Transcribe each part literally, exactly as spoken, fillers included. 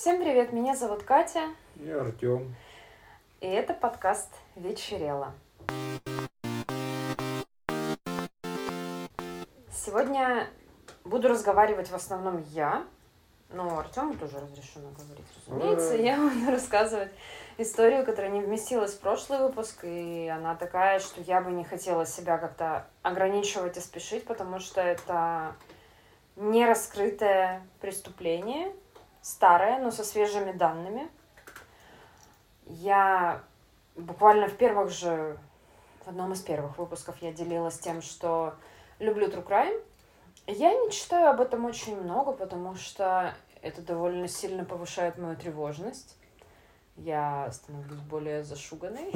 Всем привет, меня зовут Катя. И Артем. И это подкаст «Вечерело». Сегодня буду разговаривать в основном я, но Артему тоже разрешено говорить, разумеется. Ура! Я буду рассказывать историю, которая не вместилась в прошлый выпуск, и она такая, что я бы не хотела себя как-то ограничивать и спешить, потому что это нераскрытое преступление, старое, но со свежими данными. Я буквально в первых же, в одном из первых выпусков я делилась тем, что люблю True Crime. Я не читаю об этом очень много, потому что это довольно сильно повышает мою тревожность. Я становлюсь более зашуганной.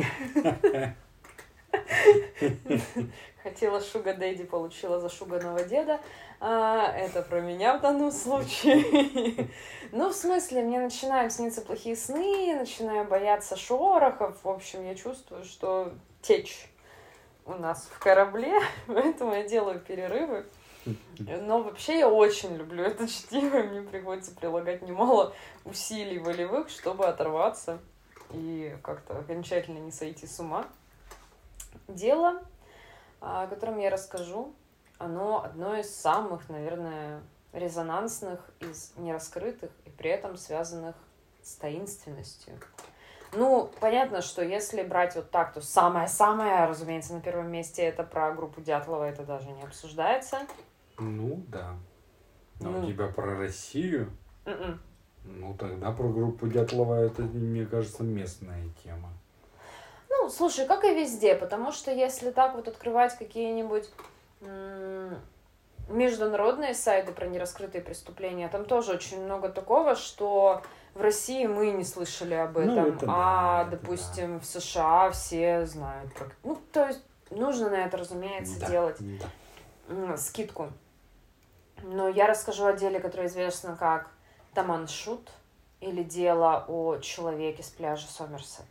Хотела шуга дэдди, получила зашуганного деда. А, это про меня в данном случае. Ну, в смысле, мне начинают сниться плохие сны, начинаю бояться шорохов. В общем, я чувствую, что течь у нас в корабле, поэтому я делаю перерывы. Но вообще я очень люблю это чтиво, и мне приходится прилагать немало усилий волевых, чтобы оторваться и как-то окончательно не сойти с ума. Дело, о котором я расскажу, оно одно из самых, наверное, резонансных из нераскрытых и при этом связанных с таинственностью. Ну, понятно, что если брать вот так, то самое-самое, разумеется, на первом месте это про группу Дятлова, это даже не обсуждается. Ну, да. Но Ну. у тебя про Россию? Mm-mm. Ну, тогда про группу Дятлова это, мне кажется, местная тема. Ну, слушай, как и везде, потому что если так вот открывать какие-нибудь м- международные сайты про нераскрытые преступления, там тоже очень много такого, что в России мы не слышали об этом, Ну, это а, да, это допустим, да. В США все знают про... Ну, то есть нужно на это, разумеется, да, делать да. м- скидку. Но я расскажу о деле, которое известно как Таман-Шут, или дело о человеке с пляжа Сомерсет.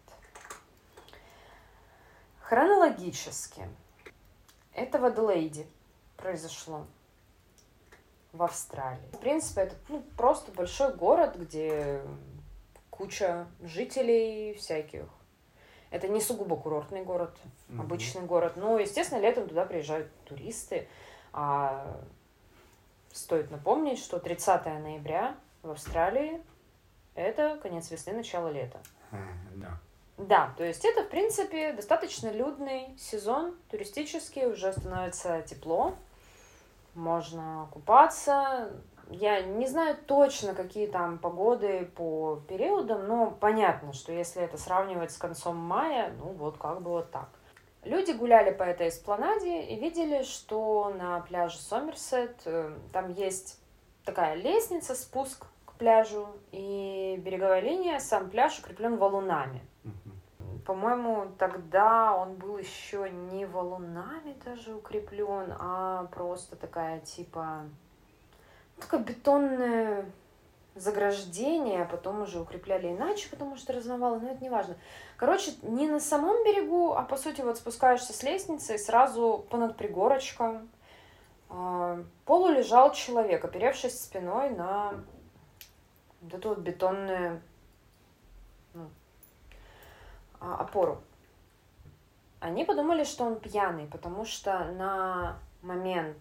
Хронологически это в Аделаиде произошло, в Австралии. В принципе, это ну, просто большой город, где куча жителей всяких. Это не сугубо курортный город, mm-hmm. обычный город. Но, естественно, летом туда приезжают туристы. А стоит напомнить, что тридцатого ноября в Австралии это конец весны, начало лета. Mm-hmm. Да, то есть это, в принципе, достаточно людный сезон туристический, уже становится тепло, можно купаться. Я не знаю точно, какие там погоды по периодам, но понятно, что если это сравнивать с концом мая, ну вот как бы вот так. Люди гуляли по этой эспланаде и видели, что на пляже Сомерсет там есть такая лестница, спуск к пляжу, и береговая линия, сам пляж укреплен валунами. По-моему, тогда он был еще не валунами даже укреплен, а просто такая типа такое бетонное заграждение, а потом уже укрепляли иначе, потому что размывало, но это не важно. Короче, не на самом берегу, а по сути вот спускаешься с лестницы и сразу понад пригорочком э, полу лежал человек, оперевшись спиной на вот эту вот бетонную ну, опору. Они подумали, что он пьяный, потому что на момент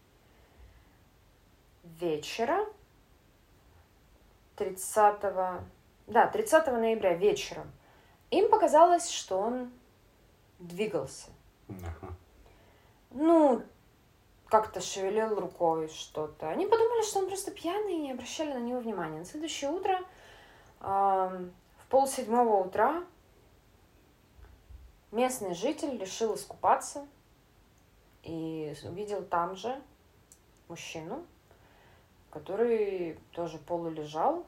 вечера тридцатого, да, тридцатого ноября вечером им показалось, что он двигался. Uh-huh. Ну, как-то шевелил рукой что-то. Они подумали, что он просто пьяный и не обращали на него внимания. На следующее утро, э, в полседьмого утра, местный житель решил искупаться и увидел там же мужчину, который тоже полулежал.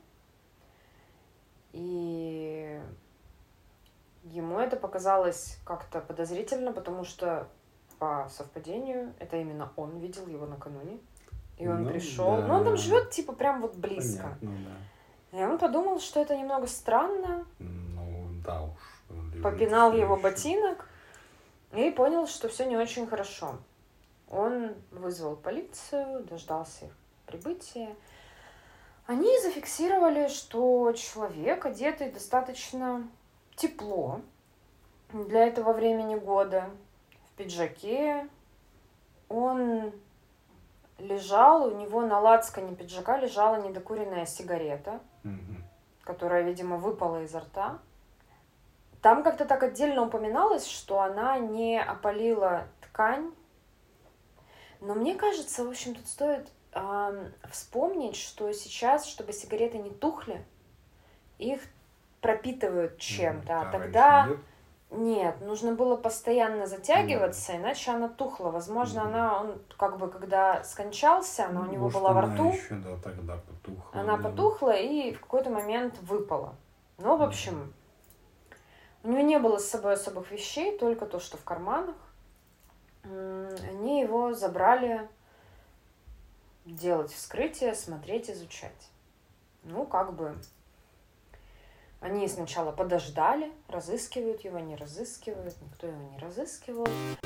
И ему это показалось как-то подозрительно, потому что по совпадению это именно он видел его накануне. И он ну, пришел. Да. Ну, он там живет типа прям вот близко. Понятно, да. И он подумал, что это немного странно. Ну, да уж. Попинал его ботинок и понял, что все не очень хорошо. Он вызвал полицию, дождался их прибытия. Они зафиксировали, что человек, одетый достаточно тепло для этого времени года, в пиджаке, он лежал, у него на лацкане пиджака лежала недокуренная сигарета, Мгм. которая, видимо, выпала изо рта. Там как-то так отдельно упоминалось, что она не опалила ткань. Но мне кажется, в общем, тут стоит ам, вспомнить, что сейчас, чтобы сигареты не тухли, их пропитывают чем-то. А М, тогда раньше нет? нет, нужно было постоянно затягиваться, иначе она тухла. Возможно, Мгм. она, он как бы, когда скончался, она у Ну, него может, была во она рту, еще, да, тогда потухла. она да. потухла и в какой-то момент выпала. Ну, в общем, у него не было с собой особых вещей, только то, что в карманах. М, Они его забрали делать вскрытие, смотреть, изучать. Ну, как бы, они сначала подождали, разыскивают его, не разыскивают, никто его не разыскивал.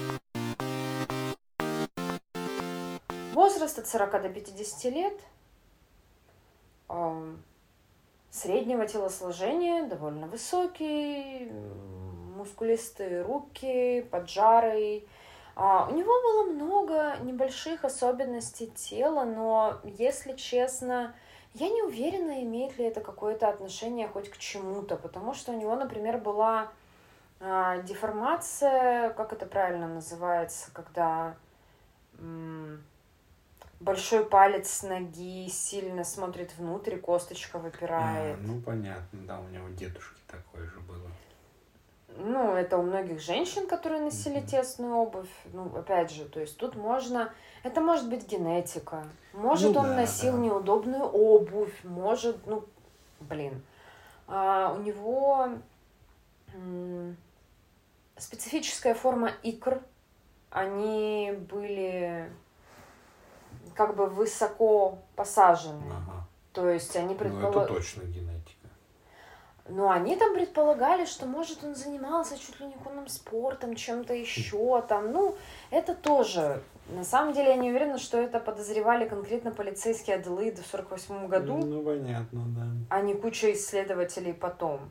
Возраст от сорока до пятидесяти лет, ам, среднего телосложения, довольно высокий, м, мускулистые руки, поджарый. А, у него было много небольших особенностей тела, но, если честно, я не уверена, имеет ли это какое-то отношение хоть к чему-то, потому что у него, например, была а, деформация, как это правильно называется, когда м, большой палец ноги сильно смотрит внутрь, косточка А, выпирает. ну понятно, да, у него дедушки такое же было. Ну, это у многих женщин, которые носили Мгм. тесную обувь. Ну, опять же, то есть тут можно... Это может быть генетика. Может, Ну он да, носил да. неудобную обувь. Может, ну, блин. А, у него м, специфическая форма икр. Они были как бы высоко посажены. Ага. То есть они Ну, это предполагали... точно генетика. Ну, они там предполагали, что, может, он занимался чуть ли не конным спортом, чем-то еще там. Ну, это тоже. На самом деле, я не уверена, что это подозревали конкретно полицейские Аделаиды в сорок восьмом году, Ну, понятно, да. а не куча исследователей потом.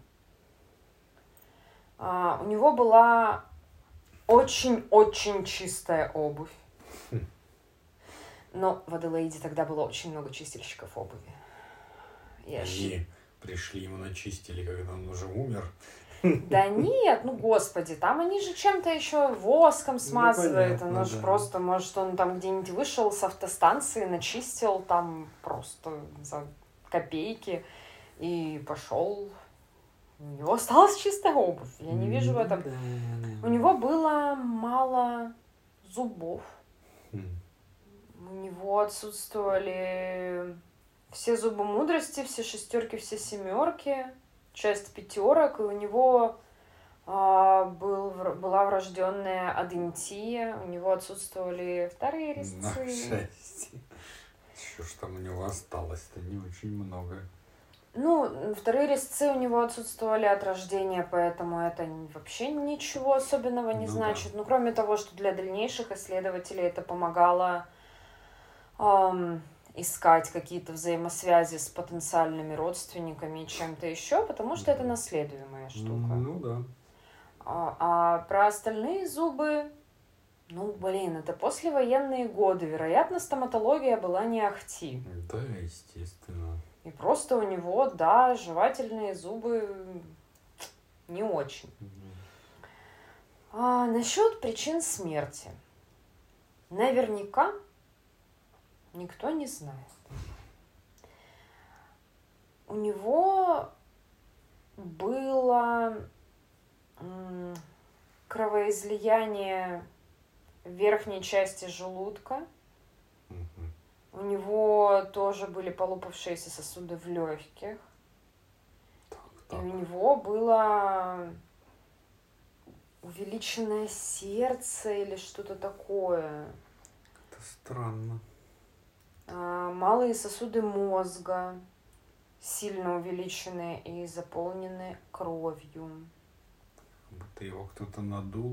А, у него была очень-очень чистая обувь. Хм. Но в Аделаиде тогда было очень много чистильщиков обуви. Я щ- Они пришли, ему начистили, когда он уже умер. Да нет, ну господи, там они же чем-то еще воском смазывают. понятно, Оно же да. просто, может, он там где-нибудь вышел с автостанции, начистил там просто за копейки и пошел. У него осталась чистая обувь. Я не вижу в Ну, этом. да, да. У него было мало зубов. Хм. У него отсутствовали все зубы мудрости, все шестерки, все семерки, часть пятерок, и у него а, был, вр- была врожденная адентия, у него отсутствовали вторые На резцы. шесть. Что ж там у него осталось-то? Не очень много. Ну, вторые резцы у него отсутствовали от рождения, поэтому это н- вообще ничего особенного не Ну да. значит. Ну, кроме того, что для дальнейших исследователей это помогало ам, искать какие-то взаимосвязи с потенциальными родственниками и чем-то еще, потому что это Мгм. наследуемая штука. Ну да. А, а про остальные зубы, ну, блин, это послевоенные годы. Вероятно, стоматология была не ахти. Да, естественно. И просто у него, да, жевательные зубы не очень. Мгм. А насчет причин смерти. Наверняка никто не знает. У него было м, кровоизлияние в верхней части желудка. Мгм. У него тоже были полопавшиеся сосуды в легких. Так, И так. у него было увеличенное сердце или что-то такое. Это странно. А, малые сосуды мозга, сильно увеличенные и заполнены кровью. Как будто его кто-то надул.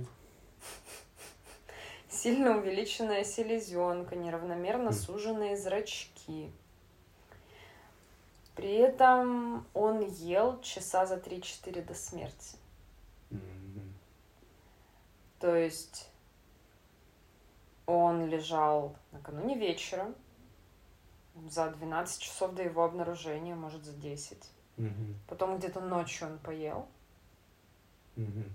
Сильно увеличенная селезенка, неравномерно Хм. суженные зрачки. При этом он ел часа за три-четыре до смерти. Мгм. То есть он лежал накануне вечером, за двенадцать часов до его обнаружения, может, за десять. Мгм. Потом где-то ночью он поел, Мгм.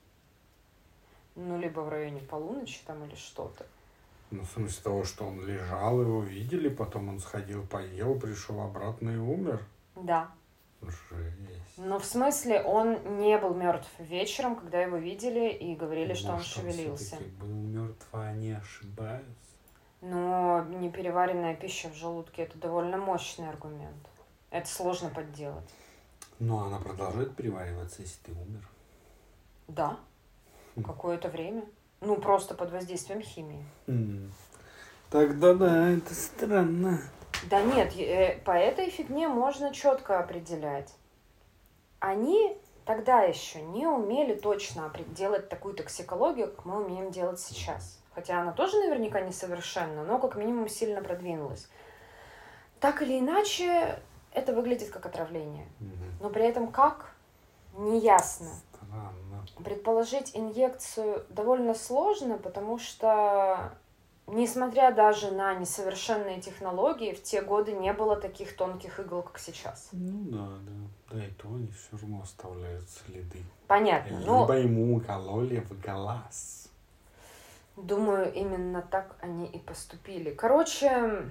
ну, либо в районе полуночи там или что-то. Ну, в смысле того, что он лежал, его видели, потом он сходил, поел, пришел обратно и умер. Да. Жесть. Но в смысле он не был мертв вечером, когда его видели и говорили, что он Может, шевелился. все-таки был мертв, а не ошибаюсь. Но непереваренная пища в желудке — это довольно мощный аргумент. Это сложно подделать. Но она продолжает перевариваться, если ты умер. Да, какое-то время. Ну, просто под воздействием химии. М. Тогда да, это странно. Да нет, э, по этой фигне можно четко определять. Они тогда еще не умели точно опре- делать такую токсикологию, как мы умеем делать сейчас. Хотя она тоже наверняка несовершенна, но как минимум сильно продвинулась. Так или иначе, это выглядит как отравление. Мгм. Но при этом как? Неясно. Странно. Предположить инъекцию довольно сложно, потому что, несмотря даже на несовершенные технологии, в те годы не было таких тонких игл, как сейчас. Ну да, да. Да и то они все равно оставляют следы. Понятно. Либо Но, ему укололи в глаз. думаю, именно так они и поступили. Короче,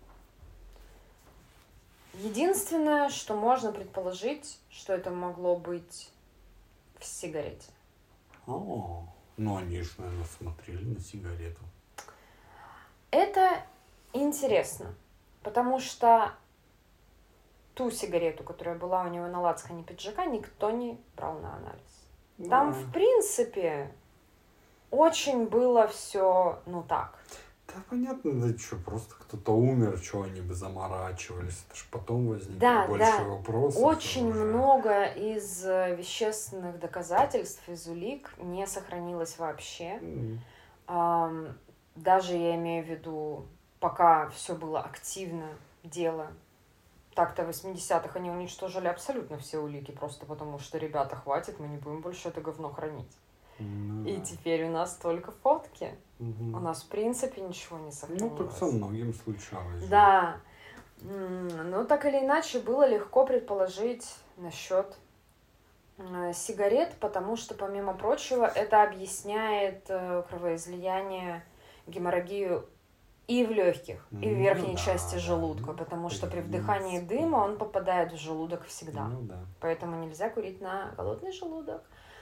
единственное, что можно предположить, что это могло быть в сигарете. О, ну они же, наверное, смотрели на сигарету. Это интересно, потому что ту сигарету, которая была у него на лацкане пиджака, никто не брал на анализ. Там, Да. в принципе, очень было все, ну так. Да понятно, да что, просто кто-то умер, что они бы заморачивались. Это ж потом возникло Да, больше да. вопросов. Очень уже. много из э, вещественных доказательств, из улик не сохранилось вообще. М. Ам, Даже я имею в виду, пока все было активно, дело. Так-то в восьмидесятых они уничтожили абсолютно все улики, просто потому что, ребята, хватит, мы не будем больше это говно хранить. Ну, И да. теперь у нас только фотки. Мгм. У нас, в принципе, ничего не Ну, сохранилось. так со многим случалось. же. Да. М, Ну, так или иначе, было легко предположить насчет э, сигарет, потому что, помимо прочего, это объясняет э, кровоизлияние, геморрагию и в легких, и в Ну верхней да, части да, желудка, ну, потому в что при принципе. вдыхании дыма он попадает в желудок всегда. Ну да. Поэтому нельзя курить на голодный желудок.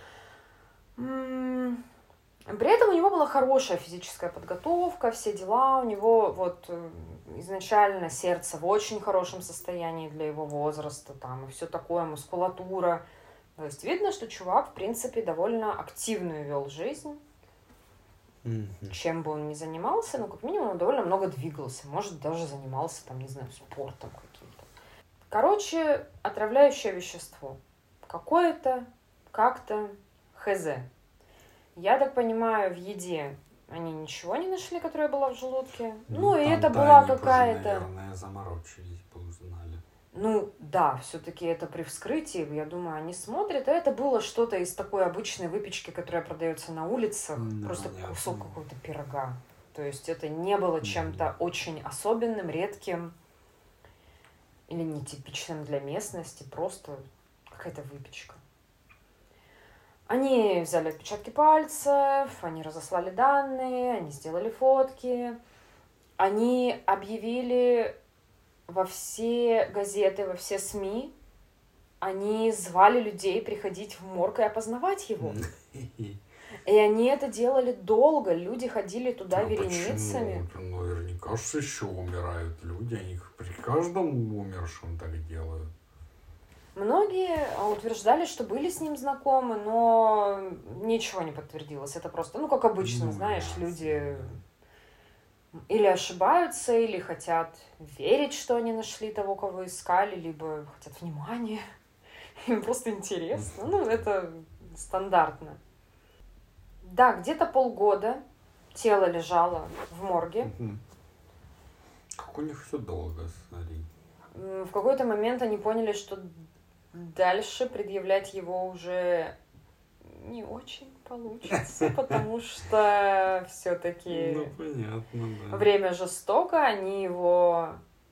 М, При этом у него была хорошая физическая подготовка, все дела. У него вот э, изначально сердце в очень хорошем состоянии для его возраста, там и все такое, мускулатура. То есть видно, что чувак, в принципе, довольно активную вел жизнь. Мгм. Чем бы он ни занимался, ну, как минимум, он довольно много двигался. Может, даже занимался, там, не знаю, спортом каким-то. Короче, отравляющее вещество. Какое-то, как-то, хз. Я так понимаю, в еде они ничего не нашли, которое было в желудке. Ну, и там, это да, была они бы уже, какая-то... наверное, заморочились бы, узнали. Ну, да, все-таки это при вскрытии, я думаю, они смотрят. А это было что-то из такой обычной выпечки, которая продается на улицах. Ну, Просто понятно. кусок какого-то пирога. То есть это не было чем-то Мгм. очень особенным, редким или нетипичным для местности. Просто какая-то выпечка. Они взяли отпечатки пальцев, они разослали данные, они сделали фотки. Они объявили во все газеты, во все СМИ, они звали людей приходить в морг и опознавать его. И они это делали долго, люди ходили туда А вереницами. почему? Наверняка же еще умирают люди, они при каждом умершем так делают. Многие утверждали, что были с ним знакомы, но ничего не подтвердилось. Это просто, ну, как обычно, Ну, знаешь, ясно, люди да. или ошибаются, или хотят верить, что они нашли того, кого искали, либо хотят внимания. Им просто интересно. Ну, это стандартно. Да, где-то полгода тело лежало в морге. Мгм. Как у них все долго, смотри. В какой-то момент они поняли, что дальше предъявлять его уже не очень получится, потому что все-таки Ну, понятно, да. время жестоко, они его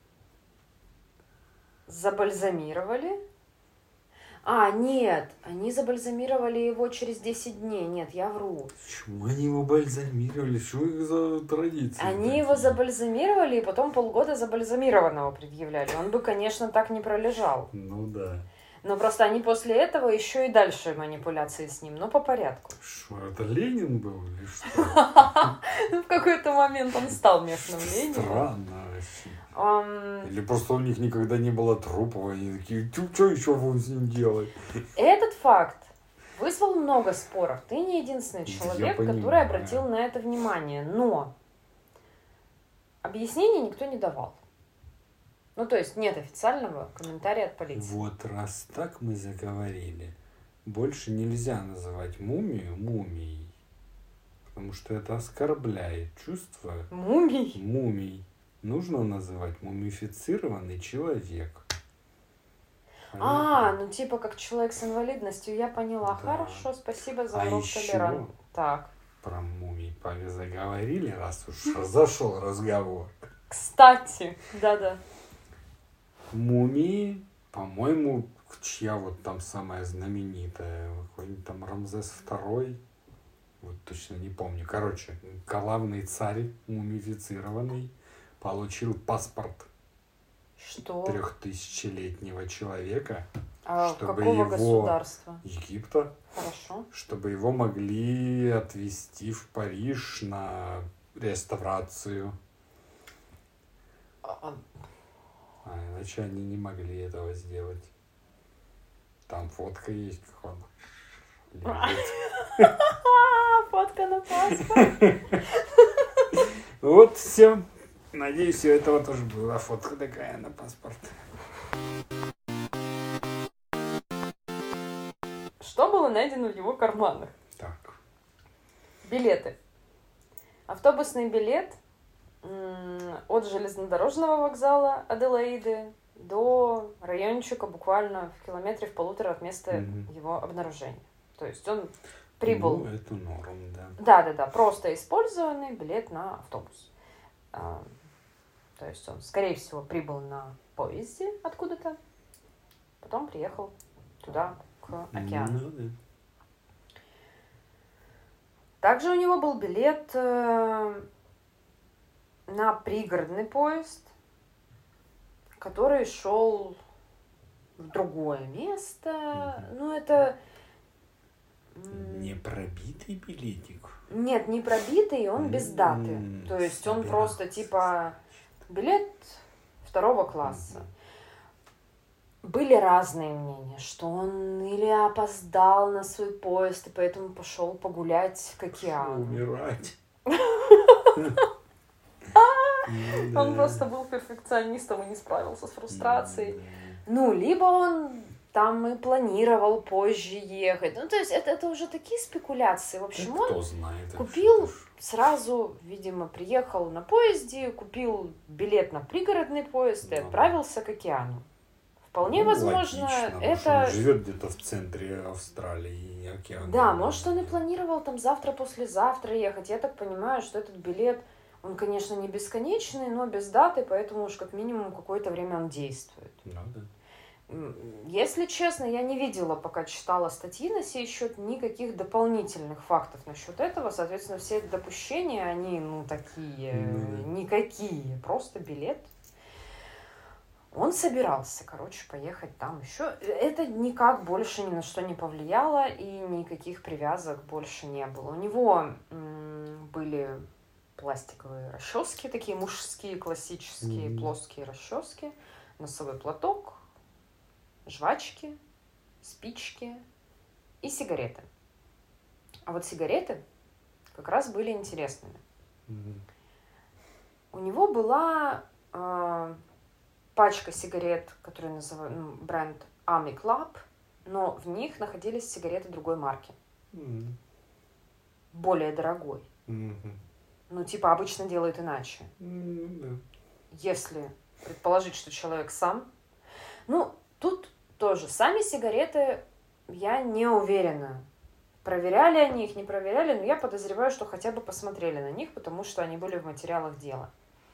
забальзамировали. А, нет, они забальзамировали его через десять дней. Нет, я вру. Почему они его бальзамировали? Что их за традиции? Они такие? его забальзамировали, и потом полгода забальзамированного предъявляли. Он бы, конечно, так не пролежал. Ну да. Но просто они после этого еще и дальше манипуляции с ним, но по порядку. Что, это Ленин был или что? В какой-то момент он стал местным Лениным. Странно вообще. Um, Или просто у них никогда не было трупов, они такие, что еще будем с ним делать? Этот факт вызвал много споров. Ты не единственный Я человек, понимаю. который обратил на это внимание. Но объяснений никто не давал. Ну, то есть нет официального комментария от полиции. Вот раз так мы заговорили, больше нельзя называть мумию мумией, потому что это оскорбляет чувства Мумий? мумий. Нужно называть мумифицированный человек. А, ну типа как человек с инвалидностью, я поняла. Да. Хорошо, спасибо за А урок еще толерант. Так. про мумий заговорили, раз уж зашел разговор. Кстати, да-да. Мумии, по-моему, чья вот там самая знаменитая, какой-нибудь там Рамзес второй, вот точно не помню. Короче, главный царь мумифицированный получил паспорт Что? трехтысячелетнего человека, А чтобы какого его государства? Египта, Хорошо. чтобы его могли отвезти в Париж на реставрацию. А, А иначе они не могли этого сделать. Там фотка есть, как он лежит. фотка на паспорт. Вот все. Надеюсь, у этого тоже была фотка такая на паспорт. Что было найдено в его карманах? Так. Билеты. Автобусный билет от железнодорожного вокзала Аделаиды до райончика буквально в километре в полутора от места mm-hmm. его обнаружения. То есть он прибыл... Ну, это норм, да. Да-да-да, просто использованный билет на автобус. А, то есть он, скорее всего, прибыл на поезде откуда-то, потом приехал туда, к океану. Ну, да. Также у него был билет э, на пригородный поезд, который шел в другое место. Mm-hmm. Ну, это... Не пробитый билетик? Нет, не пробитый, он mm-hmm. без даты. То есть он просто типа билет второго класса. Mm-hmm. Были разные мнения, что он или опоздал на свой поезд, и поэтому пошел погулять к океану. Умирать. Он просто был перфекционистом и не справился с фрустрацией. Ну, либо он там и планировал позже ехать. Ну, то есть это, это уже такие спекуляции. В общем, он купил сразу, видимо, приехал на поезде, купил билет на пригородный поезд и отправился к океану. Вполне ну, возможно, логично, это... Он живет где-то в центре Австралии и океана. Да, может, он и планировал там завтра-послезавтра ехать. Я так понимаю, что этот билет, он, конечно, не бесконечный, но без даты, поэтому уж как минимум какое-то время он действует. Ну, да. Если честно, я не видела, пока читала статьи на сей счет, никаких дополнительных фактов насчет этого. Соответственно, все эти допущения, они, ну, такие, mm-hmm. никакие, просто билет. Он собирался, короче, поехать там еще. Это никак больше ни на что не повлияло, и никаких привязок больше не было. У него м- были пластиковые расчески, такие мужские, классические, mm-hmm. плоские расчески, носовой платок, жвачки, спички и сигареты. А вот сигареты как раз были интересными. Mm-hmm. У него была э, пачка сигарет, которые называют ну, бренд Army Club, но в них находились сигареты другой марки. Mm-hmm. Более дорогой. Mm-hmm. Ну, типа, обычно делают иначе. Mm-hmm. Если предположить, что человек сам. Ну, тут тоже. Сами сигареты я не уверена. Проверяли они их, не проверяли, но я подозреваю, что хотя бы посмотрели на них, потому что они были в материалах дела.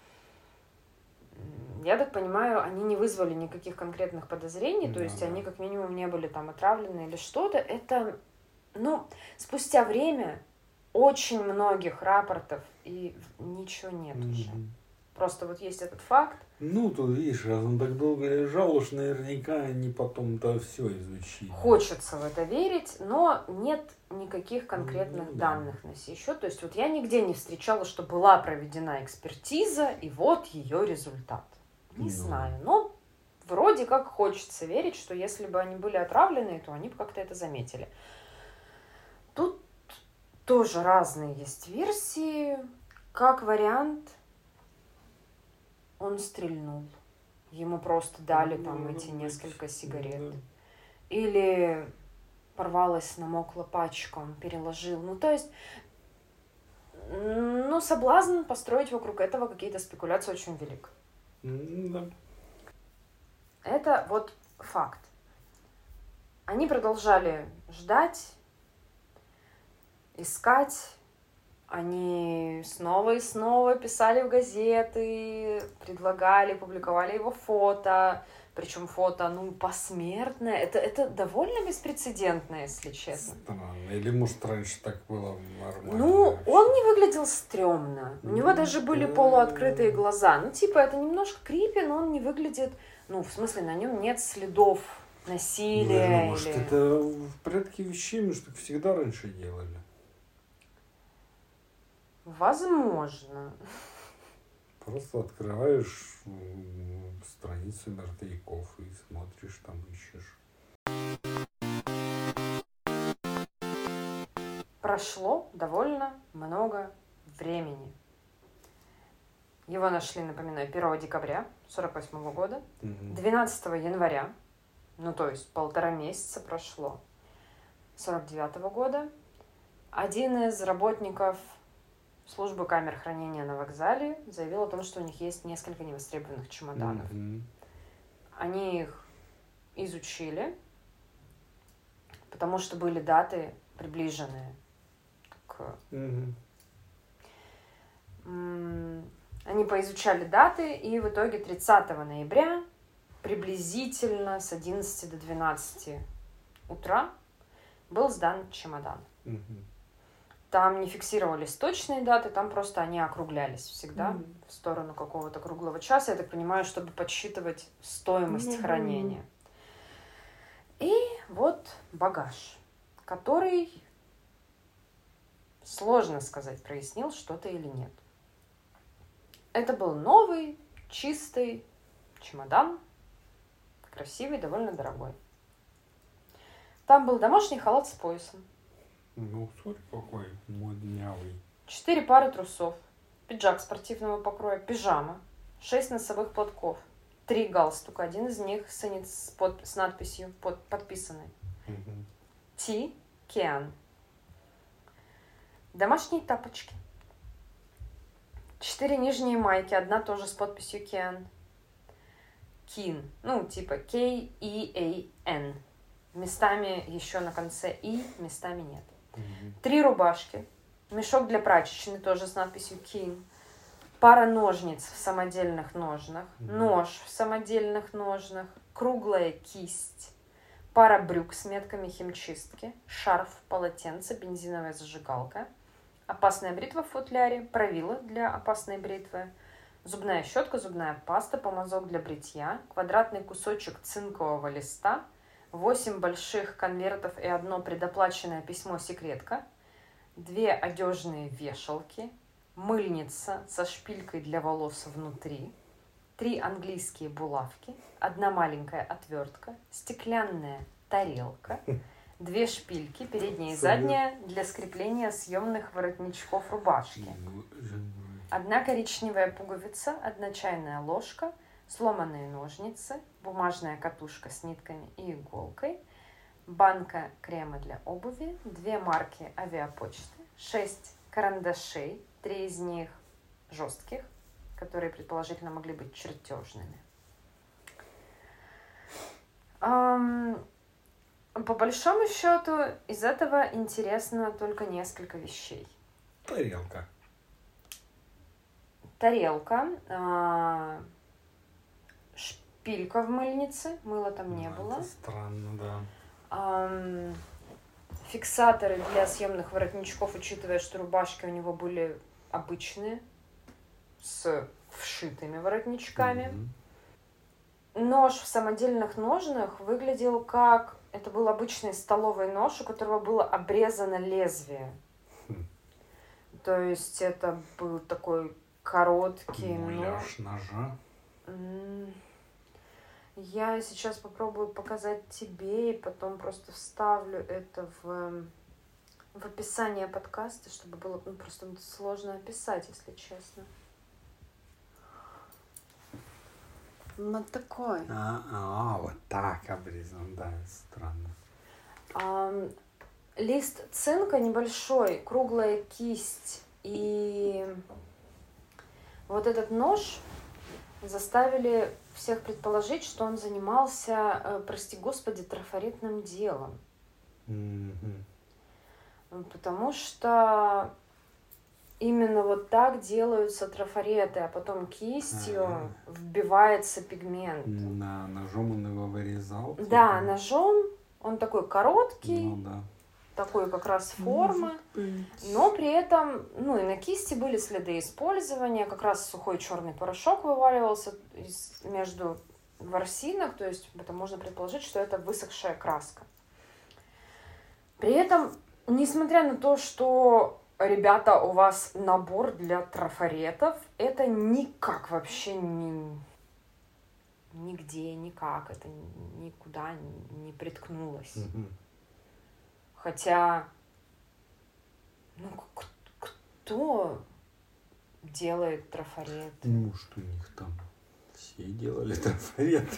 Я так понимаю, они не вызвали никаких конкретных подозрений, то Да, есть да. они как минимум не были там отравлены или что-то. Это, ну, спустя время очень многих рапортов, и ничего нет уже. Мгм. Просто вот есть этот факт. Ну, тут, видишь, раз он так долго лежал, уж наверняка они потом-то все изучили. Хочется в это верить, но нет никаких конкретных Ну, да. данных на сей счет. То есть вот я нигде не встречала, что была проведена экспертиза, и вот ее результат. Не Ну. знаю, но вроде как хочется верить, что если бы они были отравлены, то они бы как-то это заметили. Тут тоже разные есть версии. Как вариант, он стрельнул. Ему просто дали Ну, там может эти быть. несколько сигарет. Да. Или порвалась, намокла пачка, он переложил. Ну, то есть, ну, соблазн построить вокруг этого какие-то спекуляции очень велик. М, Да. Это вот факт. Они продолжали ждать, искать. Они снова и снова писали в газеты, предлагали, публиковали его фото. Причем фото, ну, посмертное. Это, это довольно беспрецедентно, если честно. Странно. Или, может, раньше так было нормально? Ну, вообще? он не выглядел стрёмно. У него Ну, даже были да. полуоткрытые глаза. Ну, типа, это немножко крипи, но он не выглядит... Ну, в смысле, на нем нет следов Ну, насилия. может, или... это в порядке вещей, мы же так всегда раньше делали. Возможно. Просто открываешь м, страницу мертвяков и смотришь, там ищешь. Прошло довольно много времени. Его нашли, напоминаю, первого декабря сорок восьмого года. Мгм. двенадцатого января, ну то есть полтора месяца прошло, сорок девятого года, один из работников службы камер хранения на вокзале заявил о том, что у них есть несколько невостребованных чемоданов. Мгм. Они их изучили, потому что были даты приближенные к... Мгм. М, Они поизучали даты, и в итоге тридцатого ноября приблизительно с одиннадцати до двенадцати утра был сдан чемодан. Мгм. Там не фиксировались точные даты, там просто они округлялись всегда Мгм. в сторону какого-то круглого часа, я так понимаю, чтобы подсчитывать стоимость Ну, хранения. И вот багаж, который, сложно сказать, прояснил что-то или нет. Это был новый, чистый чемодан, красивый, довольно дорогой. Там был домашний халат с поясом, Ну, смотри, какой моднявый. четыре пары трусов, пиджак спортивного покроя, пижама, шесть носовых платков, три галстука, один из них с, иниц- с под- с надписью под, подписанной Мгм. Ти Киан. Домашние тапочки. Четыре нижние майки, одна тоже с подписью Киан. Кин, ну типа К-И-А-Н. Местами еще на конце И, местами нет. Мгм. Три рубашки, мешок для прачечной тоже с надписью Кин. Пара ножниц в самодельных ножнах, Мгм. нож в самодельных ножнах, круглая кисть, пара брюк с метками химчистки, шарф, полотенце, бензиновая зажигалка, опасная бритва в футляре, правило для опасной бритвы, зубная щетка, зубная паста, помазок для бритья, квадратный кусочек цинкового листа, восемь больших конвертов и одно предоплаченное письмо-секретка, две одежные вешалки, мыльница со шпилькой для волос внутри, три английские булавки, одна маленькая отвертка, стеклянная тарелка, две шпильки, передняя и задняя, для скрепления съемных воротничков рубашки, Боже мой. одна коричневая пуговица, одна чайная ложка, сломанные ножницы, бумажная катушка с нитками и иголкой, банка крема для обуви, две марки авиапочты, шесть карандашей, три из них жестких, которые предположительно могли быть чертежными. Um, по большому счету, из этого интересно только несколько вещей. Тарелка. Тарелка, а, шпилька в мыльнице, мыла там не ну, было. Это странно, да. А, фиксаторы для съемных воротничков, учитывая, что рубашки у него были обычные, с вшитыми воротничками. Mm-hmm. Нож в самодельных ножнах выглядел как... Это был обычный столовый нож, у которого было обрезано лезвие. Хм. То есть это был такой короткий нож. ножа. Я сейчас попробую показать тебе, и потом просто вставлю это в, в описание подкаста, чтобы было ну, просто сложно описать, если честно. Вот такой. А, а, вот так обрезан, да, странно. А, лист цинка небольшой, круглая кисть и вот этот нож заставили всех предположить, что он занимался, прости господи, трафаретным делом. Mm-hmm. Потому что именно вот так делаются трафареты, а потом кистью А-а-а. вбивается пигмент. На ножом он его вырезал? Да, типа? Ножом. Он такой короткий, ну, да. такой как раз формы. Но при этом, ну и на кисти были следы использования. Как раз сухой черный порошок вываливался из, между ворсинок. То есть это можно предположить, что это высохшая краска. При этом, несмотря на то, что ребята, у вас набор для трафаретов, это никак вообще не, нигде, никак, это никуда не приткнулось. Mm-hmm. Хотя, ну, кто делает трафареты? Может, у них там все делали трафареты.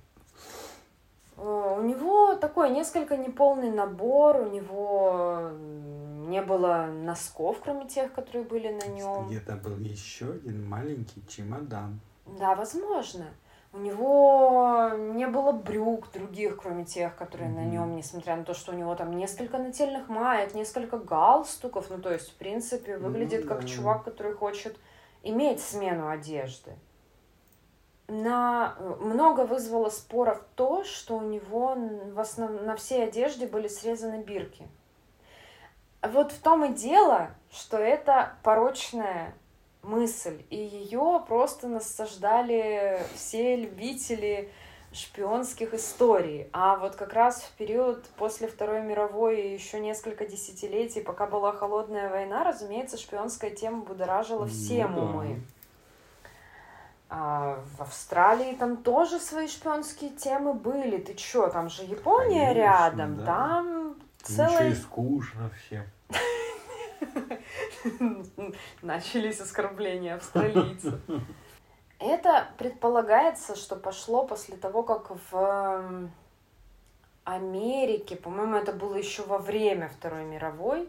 У него такой несколько неполный набор, у него не было носков, кроме тех, которые были на нем. Где-то был еще один маленький чемодан. Да, возможно. У него не было брюк других, кроме тех, которые mm-hmm. на нем, несмотря на то, что у него там несколько нательных маек, несколько галстуков. Ну, то есть, в принципе, выглядит mm-hmm. как чувак, который хочет иметь смену одежды. На... Много вызвало споров то, что у него в основ... на всей одежде были срезаны бирки. Вот в том и дело, что это порочная мысль, и ее просто насаждали все любители шпионских историй. А вот как раз в период после Второй мировой и еще несколько десятилетий, пока была холодная война, разумеется, шпионская тема будоражила все ну, умы. А в Австралии там тоже свои шпионские темы были. Ты чё, там же Япония Конечно, рядом, да. Там целый... Ничего и скучно всем. Начались оскорбления австралийцев. Это предполагается, что пошло после того, как в Америке, по-моему, это было еще во время Второй мировой,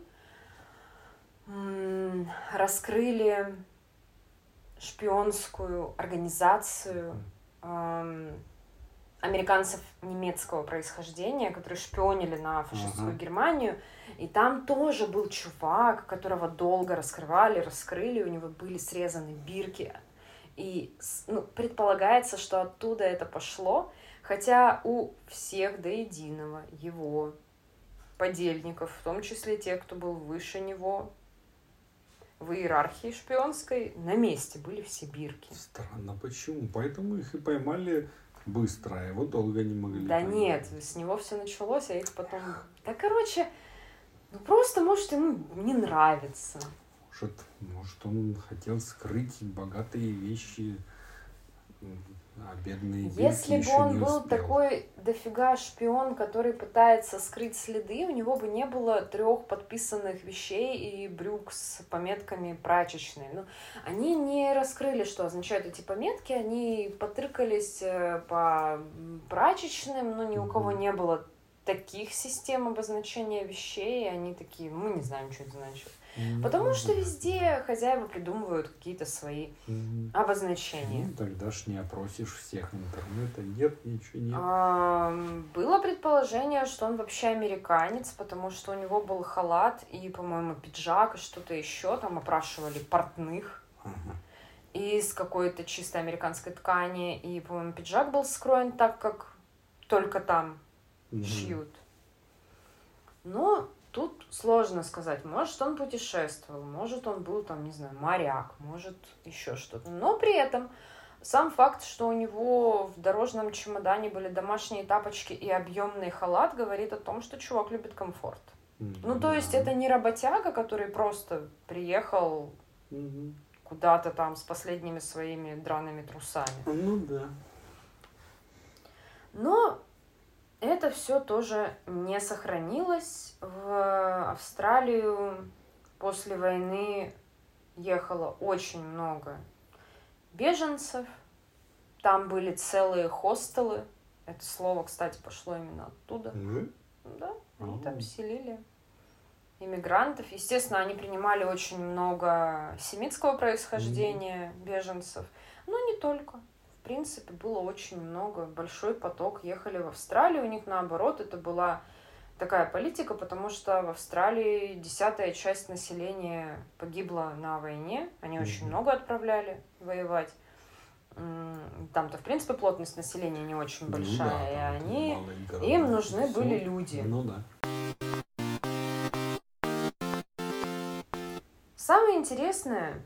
раскрыли шпионскую организацию эм, американцев немецкого происхождения, которые шпионили на фашистскую uh-huh. Германию. И там тоже был чувак, которого долго раскрывали, раскрыли, у него были срезаны бирки. И ну, предполагается, что оттуда это пошло, хотя у всех до единого его подельников, в том числе тех, кто был выше него, в иерархии шпионской, на месте были все бирки. Странно, почему? Поэтому их и поймали быстро, а его долго не могли Да поймать. нет, с него все началось, а их потом... Да, короче, ну просто, может, ему не нравится. Может, может, он хотел скрыть богатые вещи, а бедные бирки Если бы он был успел. такой дофига шпион, который пытается скрыть следы, у него бы не было трех подписанных вещей и брюк с пометками прачечной. Ну, они не раскрыли, что означают эти пометки, они потыркались по прачечным, но ни у кого не было таких систем обозначения вещей, и они такие, мы не знаем, что это значит. Ну, Потому что да. везде хозяева придумывают какие-то свои Мгм. обозначения. Ну, тогда ж не опросишь всех интернета. Нет, ничего нет. Ам, Было предположение, что он вообще американец, потому что у него был халат и, по-моему, пиджак и что-то еще. Там опрашивали портных Ага. из какой-то чисто американской ткани. И, по-моему, пиджак был скроен так, как только там Мгм. шьют. Но тут сложно сказать. Может, он путешествовал, может, он был там, не знаю, моряк, может, еще что-то. Но при этом сам факт, что у него в дорожном чемодане были домашние тапочки и объемный халат, говорит о том, что чувак любит комфорт. Ну, то есть Да. это не работяга, который просто приехал Мгм. куда-то там с последними своими драными трусами. Ну да. Но это все тоже не сохранилось. В Австралию после войны ехало очень много беженцев. Там были целые хостелы. Это слово, кстати, пошло именно оттуда. Ну, Да, они там Ага. селили иммигрантов. Естественно, они принимали очень много семитского происхождения беженцев. Но не только. В принципе, было очень много, большой поток ехали в Австралию. У них, наоборот, это была такая политика, потому что в Австралии десятая часть населения погибла на войне. Они очень Мгм. много отправляли воевать. М, Там-то, в принципе, плотность населения не очень ну большая, да, и там они... малые города, им нужны всё. были люди. Ну да. Самое интересное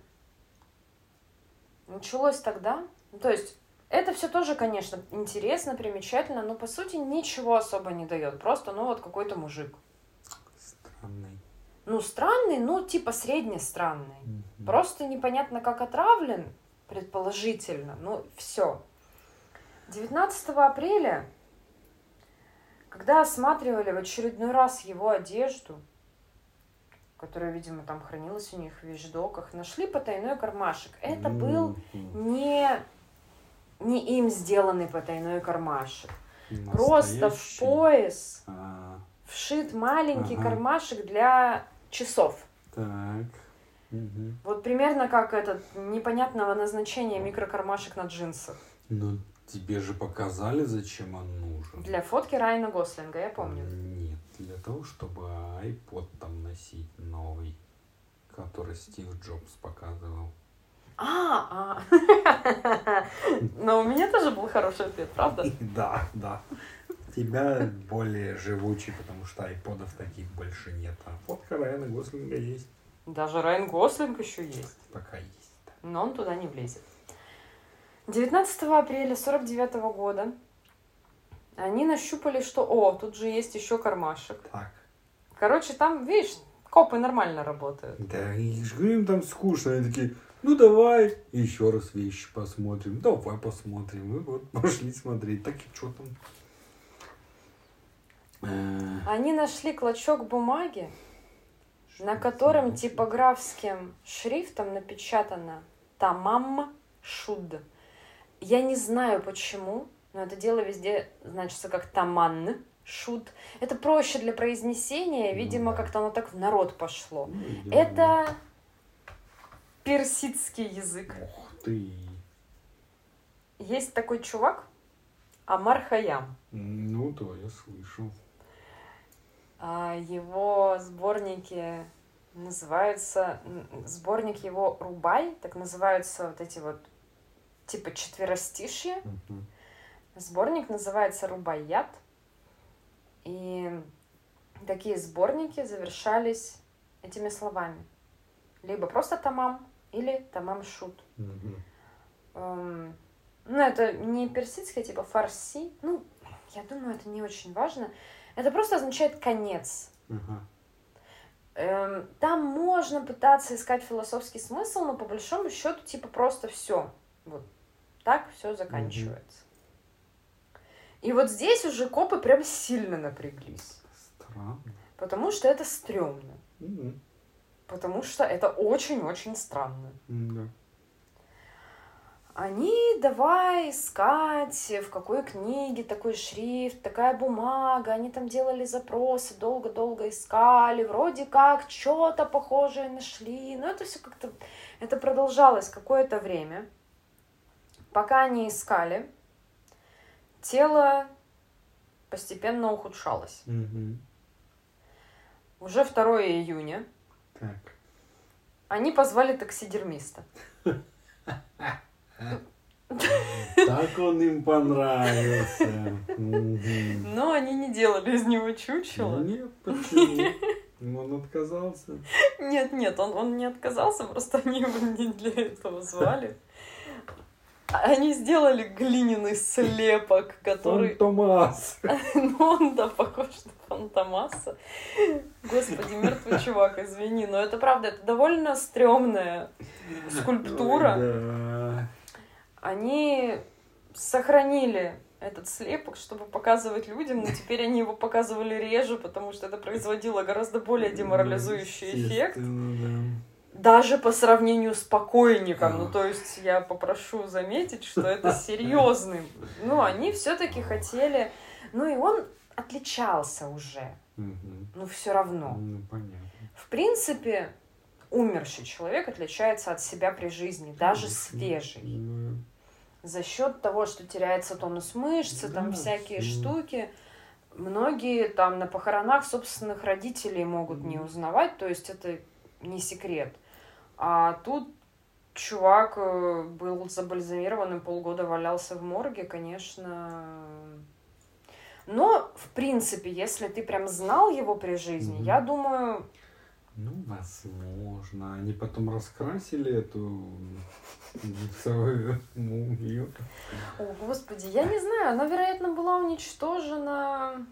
началось тогда, ну, то есть это все тоже, конечно, интересно, примечательно, но по сути ничего особо не дает. Просто, ну вот какой-то мужик. Странный. Ну, странный, ну, типа среднестранный. Мгм. Просто непонятно, как отравлен, предположительно. Ну, все. девятнадцатого апреля, когда осматривали в очередной раз его одежду, которая, видимо, там хранилась у них в вещдоках, нашли потайной кармашек. Это был Мгм. не, не им сделанный потайной кармашек. Просто в Настоящий. пояс А, вшит маленький Ага. кармашек для часов. так. Мгм. Вот примерно как этот непонятного назначения микрокармашек на джинсах. Ну, тебе же показали, зачем он нужен. Для фотки Райана Гослинга, я помню. Нет, для того, чтобы iPod там носить новый, который Стив Джобс показывал. А, а. Но у меня тоже был хороший ответ, правда? Да, да. Тебя более живучий, потому что айподов таких больше нет. А фотка Райана Гослинга есть. Даже Райан Гослинг еще есть. Пока есть. Да. Но он туда не влезет. девятнадцатого апреля сорок девятого года они нащупали, что, о, тут же есть еще кармашек. Так. Короче, там, видишь, копы нормально работают. Да, и ж говорю, им там скучно. Они такие, ну давай еще раз вещи посмотрим. Давай посмотрим. И вот пошли смотреть. Так и что там? Э, Они нашли клочок бумаги, что на это котором значит? типографским шрифтом напечатано «Тамам Шуд». Я не знаю почему, но это дело везде значится как «Таман Шуд». Это проще для произнесения, Ну видимо, да. как-то оно так в народ пошло. Ну, видимо, Это персидский язык. Ух ты. Есть такой чувак, Амар Хайям. Ну, то я слышал. А, Его сборники называются... м, Сборник его «Рубай», так называются вот эти вот типа четверостишья. Мгм. Сборник называется «Рубайят». И такие сборники завершались этими словами. Либо просто «Тамам» или «Тамам Шут». Мгм. Эм, Ну, это не персидское, типа фарси. Ну, я думаю, это не очень важно. Это просто означает «конец». Ага. Эм, Там можно пытаться искать философский смысл, но по большому счету, типа, просто все. Вот так все заканчивается. И вот здесь уже копы прям сильно напряглись. Странно. Потому что это стрёмно. Мгм. Потому что это очень-очень странно. Да. Они давай искать, в какой книге такой шрифт, такая бумага. Они там делали запросы, долго-долго искали, вроде как что-то похожее нашли. Но это все как-то... Это продолжалось какое-то время. Пока они искали, тело постепенно ухудшалось. Угу. Уже второго июня Так. они позвали таксидермиста. Так он им понравился. Но они не делали из него чучело. Нет, почему? Он отказался. Нет, нет, он, он не отказался, просто они его не для этого звали. Они сделали глиняный слепок, который... Фантомас. Ну, он, да, похож на Фантомаса. Господи, мертвый чувак, извини, но это правда, это довольно стрёмная скульптура. Ой, да. Они сохранили этот слепок, чтобы показывать людям, но теперь они его показывали реже, потому что это производило гораздо более деморализующий эффект. Да. Даже по сравнению с покойником. Ну, то есть я попрошу заметить, что это серьезный. Ну, они все-таки хотели... Ну, и он отличался уже. Ну, все равно. Ну, понятно. В принципе, умерший человек отличается от себя при жизни, даже свежий. Ну, За счет того, что теряется тонус мышцы, да, там всякие всё. штуки. Многие там на похоронах собственных родителей могут не узнавать, то есть это не секрет. А тут чувак э, был забальзамирован и полгода валялся в морге, конечно. Но, в принципе, если ты прям знал его при жизни, Мгм. я думаю... Ну, возможно. Они потом раскрасили эту свою мумию. О, господи, я не знаю, она, вероятно, была уничтожена...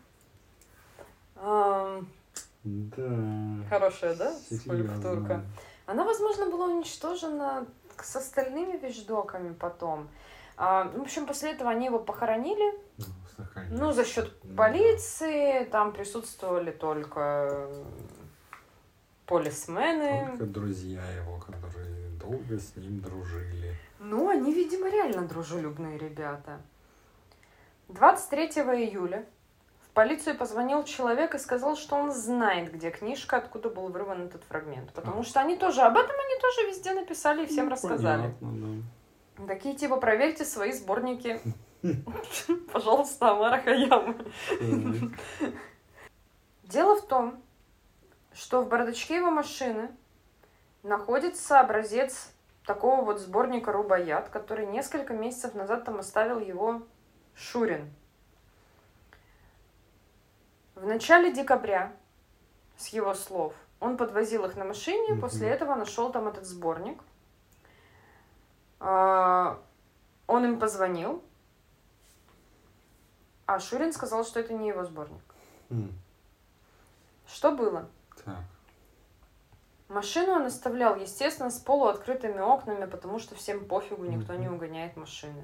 Эм, Да. Хорошая, да, Серьезно. скульптурка? Она, возможно, была уничтожена с остальными вещдоками потом. А, в общем, после этого они его похоронили. Ну, сохранили. Ну, за счет Ну, полиции, там присутствовали только полисмены. Только друзья его, которые долго с ним дружили. Ну, они, видимо, реально дружелюбные ребята. двадцать третьего июля в полицию позвонил человек и сказал, что он знает, где книжка, откуда был вырван этот фрагмент. Потому А. что они тоже, об этом они тоже везде написали и всем Ну, рассказали. понятно, Такие типа, проверьте свои сборники. Пожалуйста, Амара Хаяма. да. Дело в том, что в бардачке его машины находится образец такого вот сборника Рубаят, который несколько месяцев назад там оставил его Шурин. В начале декабря, с его слов, он подвозил их на машине, Мгм. после этого нашел там этот сборник. А, Он им позвонил, а Шурин сказал, что это не его сборник. М, Что было? Так. Машину он оставлял, естественно, с полуоткрытыми окнами, потому что всем пофигу, никто Мгм. не угоняет машины.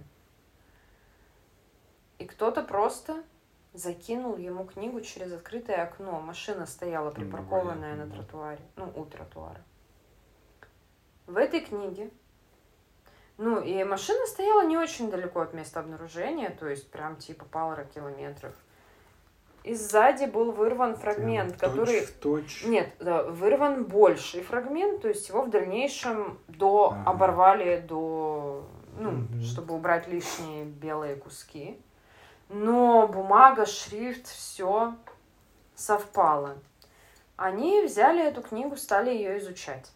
И кто-то просто закинул ему книгу через открытое окно. Машина стояла Ну, припаркованная понятно, на да. тротуаре, ну, у тротуара. В этой книге, ну, и машина стояла не очень далеко от места обнаружения, то есть прям типа пара километров. И сзади был вырван фрагмент, Прям который... точь в точь. Нет, да, вырван больший фрагмент, то есть его в дальнейшем до Ага. оборвали до, ну, Мгм. чтобы убрать лишние белые куски. Но бумага, шрифт, все совпало. Они взяли эту книгу, стали ее изучать.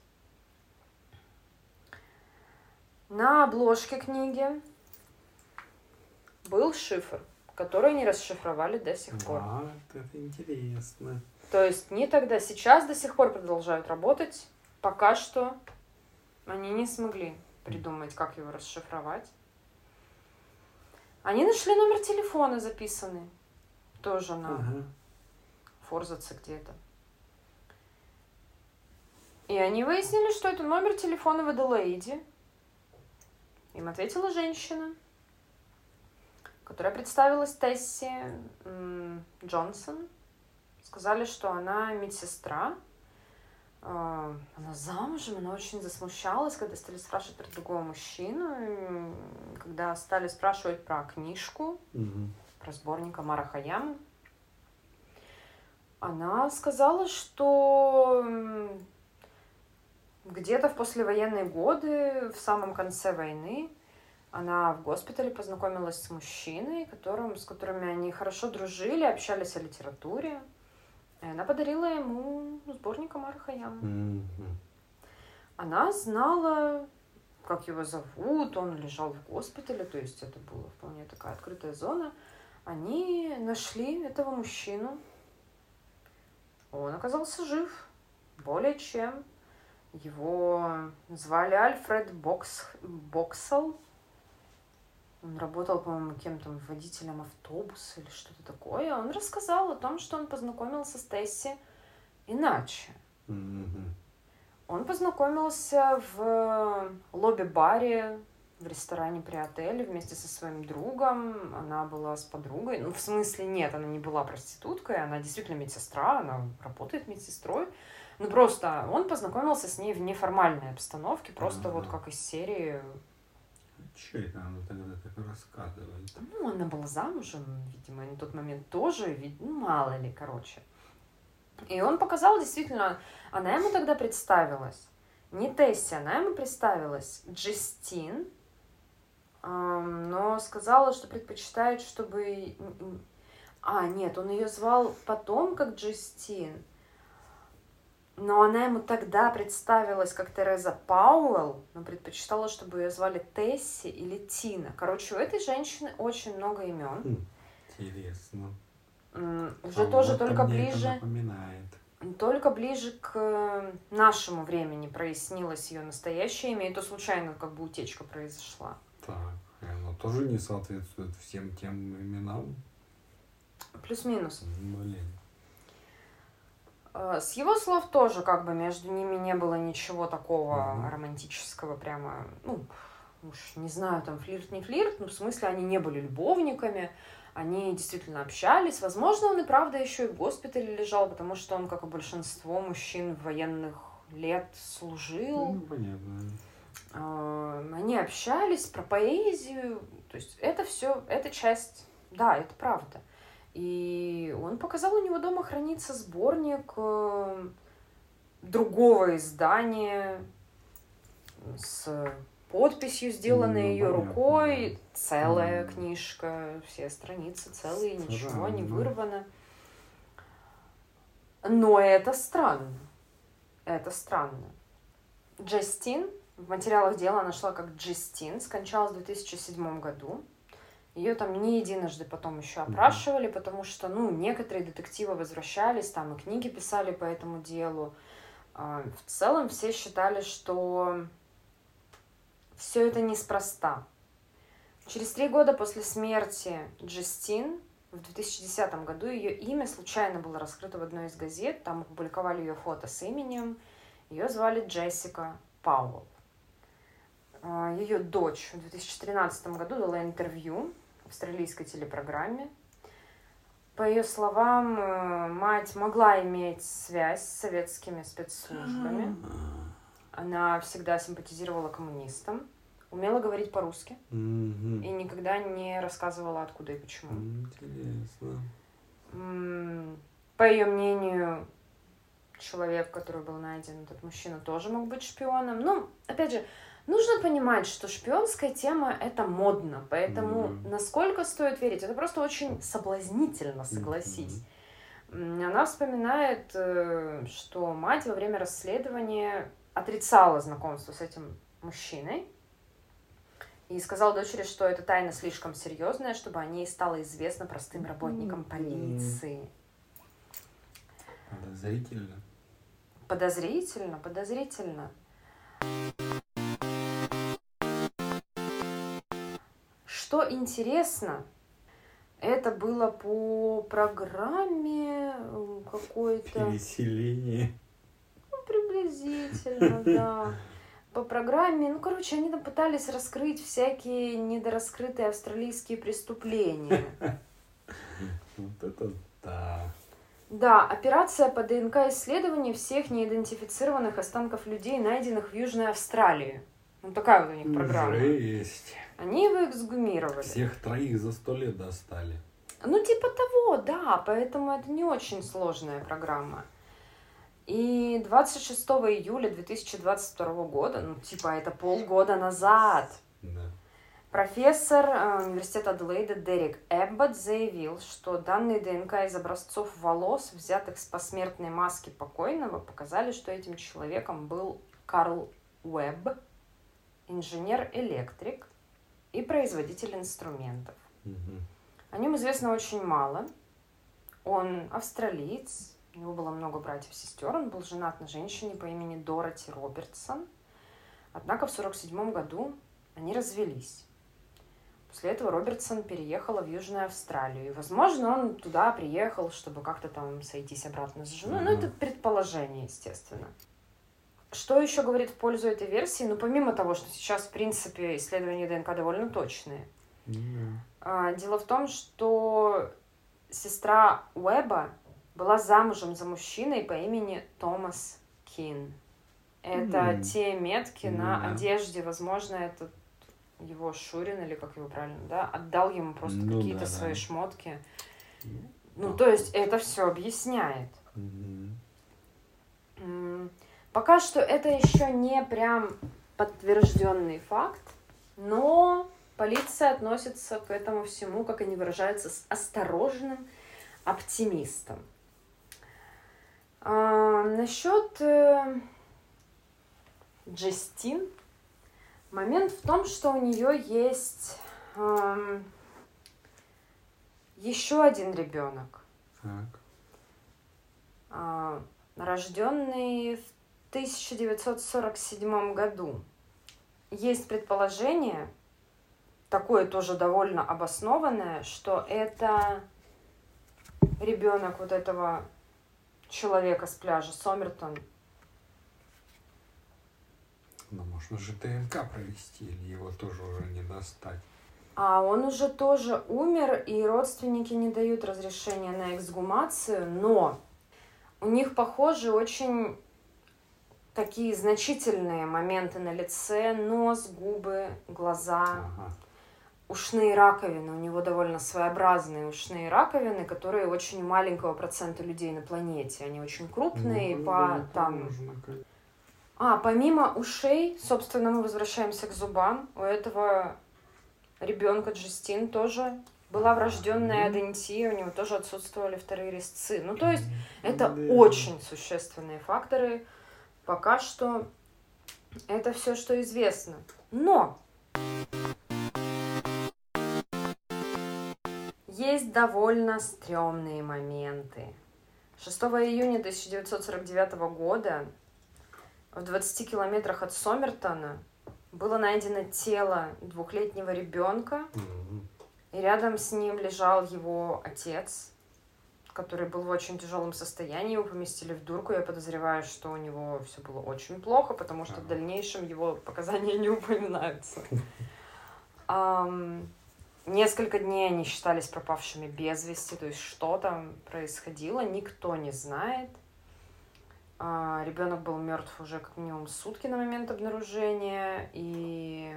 На обложке книги был шифр, который не расшифровали до сих пор. А, это интересно. То есть не тогда, сейчас до сих пор продолжают работать. Пока что они не смогли придумать, как его расшифровать. Они нашли номер телефона записанный. Тоже на Ага. форзаце где-то. И они выяснили, что это номер телефона в Аделаиде. Им ответила женщина, которая представилась Тесси м, Джонсон. Сказали, что она медсестра. Она замужем, она очень засмущалась, когда стали спрашивать про другого мужчину, когда стали спрашивать про книжку, Угу. про сборник Омара Хайяма. Она сказала, что где-то в послевоенные годы, в самом конце войны, она в госпитале познакомилась с мужчиной, которым, с которыми они хорошо дружили, общались о литературе. И она подарила ему сборник Омара Хайяма. Mm-hmm. Она знала, как его зовут, он лежал в госпитале, то есть это была вполне такая открытая зона. Они нашли этого мужчину. Он оказался жив, более чем. Его звали Альфред Бокс... Боксел. Он работал, по-моему, кем-то, водителем автобуса или что-то такое. Он рассказал о том, что он познакомился с Тесси иначе. Mm-hmm. Он познакомился в лобби-баре в ресторане при отеле вместе со своим другом. Она была с подругой. Ну, в смысле, нет, она не была проституткой. Она действительно медсестра, она работает медсестрой. Ну, просто он познакомился с ней в неформальной обстановке. Просто mm-hmm. вот как из серии... Что это она тогда так рассказывает? Ну, она была замужем, видимо, на тот момент тоже, ну, мало ли, короче. И он показал, действительно, она ему тогда представилась. Не Тесси, она ему представилась Джестин, но сказала, что предпочитает, чтобы... А, нет, он ее звал потом как Джестин. Но она ему тогда представилась как Тереза Пауэлл, но предпочитала, чтобы ее звали Тесси или Тина. Короче, у этой женщины очень много имен. Интересно. Уже а тоже только ближе, только ближе к нашему времени прояснилось ее настоящее имя, и то случайно как бы утечка произошла. Так, и оно тоже не соответствует всем тем именам? Плюс-минус. Блин. С его слов тоже как бы между ними не было ничего такого mm-hmm. романтического, прямо, ну, уж не знаю, там флирт не флирт, но в смысле они не были любовниками, они действительно общались. Возможно, он и правда еще и в госпитале лежал, потому что он, как и большинство мужчин военных лет, служил. Ну, понятно. Они общались про поэзию, то есть это все, эта часть, да, это правда. И он показал, у него дома хранится сборник другого издания с подписью, сделанной ну, ее рукой. Целая mm. книжка, все страницы целые, Странно. Ничего не вырвано. Но это странно. Это странно. Джестин, в материалах дела она шла как Джестин, скончалась в две тысячи седьмом году. Ее там не единожды потом еще опрашивали, потому что, ну, некоторые детективы возвращались, там и книги писали по этому делу. В целом все считали, что все это неспроста. Через три года после смерти Джестин, в две тысячи десятом году, ее имя случайно было раскрыто в одной из газет, там опубликовали ее фото с именем. Ее звали Джессика Пауэлл. Ее дочь в две тысячи тринадцатом году дала интервью австралийской телепрограмме. По ее словам, мать могла иметь связь с советскими спецслужбами. Она всегда симпатизировала коммунистам, умела говорить по-русски mm-hmm. и никогда не рассказывала, откуда и почему. Интересно. По ее мнению, человек, который был найден, этот мужчина, тоже мог быть шпионом. Но, опять же, нужно понимать, что шпионская тема – это модно, поэтому mm-hmm. насколько стоит верить? Это просто очень соблазнительно, согласись. Mm-hmm. Она вспоминает, что мать во время расследования отрицала знакомство с этим мужчиной и сказала дочери, что эта тайна слишком серьезная, чтобы о ней стало известно простым работникам mm-hmm. полиции. Подозрительно. Подозрительно, подозрительно. Что интересно, это было по программе какой-то... Переселение. Ну, приблизительно, да. По программе, ну, короче, они там пытались раскрыть всякие недораскрытые австралийские преступления. Вот это да. Да, операция по ДНК-исследованию всех неидентифицированных останков людей, найденных в Южной Австралии. Ну, такая вот у них программа. Жесть. Они его эксгумировали. Всех троих за сто лет достали. Ну, типа того, да, поэтому это не очень сложная программа. И двадцать шестого июля две тысячи двадцать второго года, ну, типа, это полгода назад, Да. профессор э, университета Аделаида Дерек Эбботт заявил, что данные ДНК из образцов волос, взятых с посмертной маски покойного, показали, что этим человеком был Карл Уэбб, инженер-электрик и производитель инструментов. Угу. О нем известно очень мало. Он австралиец, у него было много братьев и сестер, он был женат на женщине по имени Дороти Робертсон. Однако в сорок седьмом году они развелись. После этого Робертсон переехала в Южную Австралию. И, возможно, он туда приехал, чтобы как-то там сойтись обратно с женой. Mm-hmm. Ну, это предположение, естественно. Что еще говорит в пользу этой версии? Ну, помимо того, что сейчас, в принципе, исследования ДНК довольно точные. Mm-hmm. Дело в том, что сестра Уэбба была замужем за мужчиной по имени Томас Кин. Это mm-hmm. те метки mm-hmm. на одежде, возможно, это его Шурин, или как его правильно, да, отдал ему просто ну, какие-то да, свои да. шмотки. Mm-hmm. Ну, то есть это все объясняет. Mm-hmm. Пока что это еще не прям подтвержденный факт, но полиция относится к этому всему, как они выражаются, с осторожным оптимистом. А, насчет э, Джастин. Момент в том, что у нее есть э, еще один ребенок, э, рожденный в тысяча девятьсот сорок седьмом году. Есть предположение, такое тоже довольно обоснованное, что это ребенок вот этого человека с пляжа Сомертон. Но можно же ДНК провести, или его тоже уже не достать. А он уже тоже умер, и родственники не дают разрешения на эксгумацию, но у них, похоже, очень такие значительные моменты на лице: нос, губы, глаза, ага. ушные раковины. У него довольно своеобразные ушные раковины, которые очень маленького процента людей на планете. Они очень крупные, ну, по там... Можно. А, помимо ушей, собственно, мы возвращаемся к зубам. У этого ребенка Джастин тоже была врожденная адентия, у него тоже отсутствовали вторые резцы. Ну, то есть, это очень существенные факторы. Пока что это все, что известно. Но есть довольно стрёмные моменты. шестого июня тысяча девятьсот сорок девятого года в двадцати километрах от Сомертона было найдено тело двухлетнего ребенка, mm-hmm. и рядом с ним лежал его отец, который был в очень тяжелом состоянии. Его поместили в дурку. Я подозреваю, что у него все было очень плохо, потому что uh-huh. в дальнейшем его показания не упоминаются. um, несколько дней они считались пропавшими без вести, то есть что там происходило, никто не знает. Uh, ребенок был мертв уже как минимум сутки на момент обнаружения, и